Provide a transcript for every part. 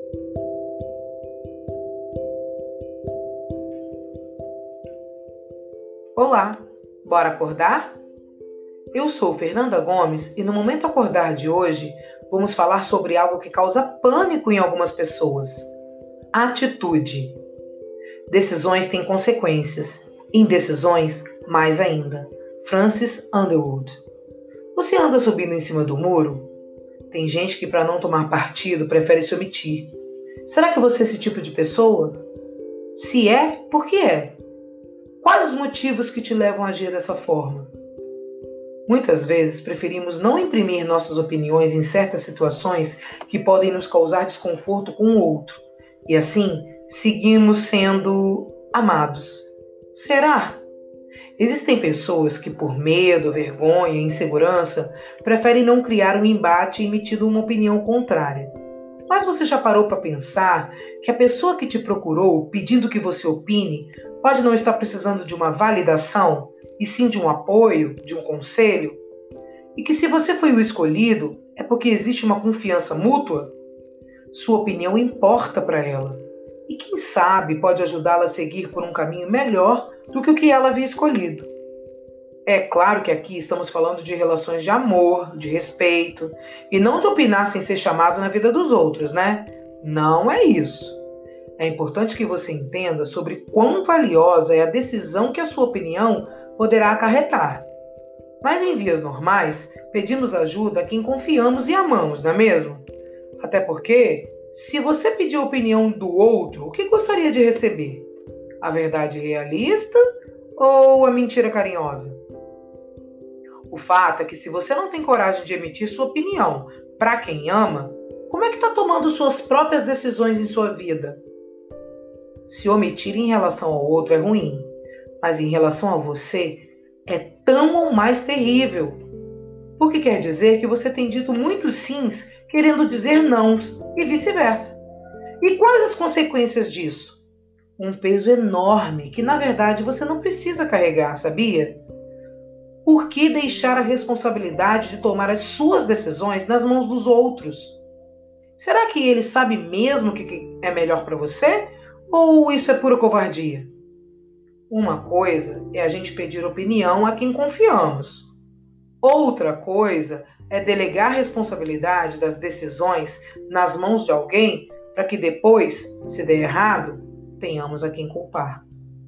Olá, bora acordar? Eu sou Fernanda Gomes e no Momento Acordar de hoje vamos falar sobre algo que causa pânico em algumas pessoas: atitude. Decisões têm consequências, indecisões mais ainda. Francis Underwood. Você anda subindo em cima do muro? Tem gente que, para não tomar partido, prefere se omitir. Será que você é esse tipo de pessoa? Se é, por que é? Quais os motivos que te levam a agir dessa forma? Muitas vezes preferimos não imprimir nossas opiniões em certas situações que podem nos causar desconforto com o outro, e assim seguimos sendo amados. Será? Existem pessoas que, por medo, vergonha e insegurança, preferem não criar um embate emitindo uma opinião contrária. Mas você já parou para pensar que a pessoa que te procurou pedindo que você opine pode não estar precisando de uma validação, e sim de um apoio, de um conselho? E que se você foi o escolhido, é porque existe uma confiança mútua? Sua opinião importa para ela. E quem sabe pode ajudá-la a seguir por um caminho melhor do que o que ela havia escolhido. É claro que aqui estamos falando de relações de amor, de respeito, e não de opinar sem ser chamado na vida dos outros, né? Não é isso. É importante que você entenda sobre quão valiosa é a decisão que a sua opinião poderá acarretar. Mas em vias normais, pedimos ajuda a quem confiamos e amamos, não é mesmo? Até porque, se você pedir a opinião do outro, o que gostaria de receber? A verdade realista ou a mentira carinhosa? O fato é que se você não tem coragem de emitir sua opinião para quem ama, como é que está tomando suas próprias decisões em sua vida? Se omitir em relação ao outro é ruim, mas em relação a você é tão ou mais terrível. Porque quer dizer que você tem dito muitos sims querendo dizer nãos e vice-versa. E quais as consequências disso? Um peso enorme que, na verdade, você não precisa carregar, sabia? Por que deixar a responsabilidade de tomar as suas decisões nas mãos dos outros? Será que ele sabe mesmo o que é melhor para você? Ou isso é pura covardia? Uma coisa é a gente pedir opinião a quem confiamos. Outra coisa é delegar a responsabilidade das decisões nas mãos de alguém para que depois, se der errado, tenhamos a quem culpar.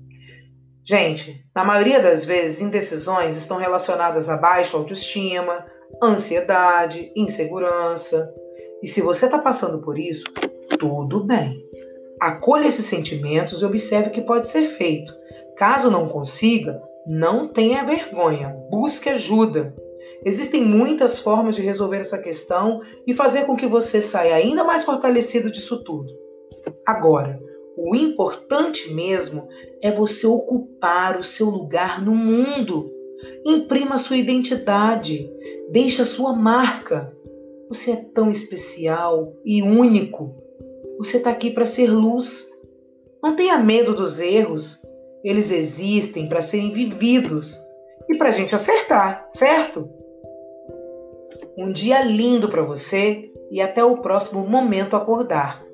Gente, na maioria das vezes, indecisões estão relacionadas a baixa autoestima, ansiedade, insegurança. E se você está passando por isso, tudo bem. Acolha esses sentimentos e observe o que pode ser feito. Caso não consiga, não tenha vergonha, busque ajuda. Existem muitas formas de resolver essa questão e fazer com que você saia ainda mais fortalecido disso tudo. Agora, o importante mesmo é você ocupar o seu lugar no mundo. Imprima a sua identidade, deixe a sua marca. Você é tão especial e único. Você está aqui para ser luz. Não tenha medo dos erros. Eles existem para serem vividos e para a gente acertar, certo? Um dia lindo para você e até o próximo Momento Acordar.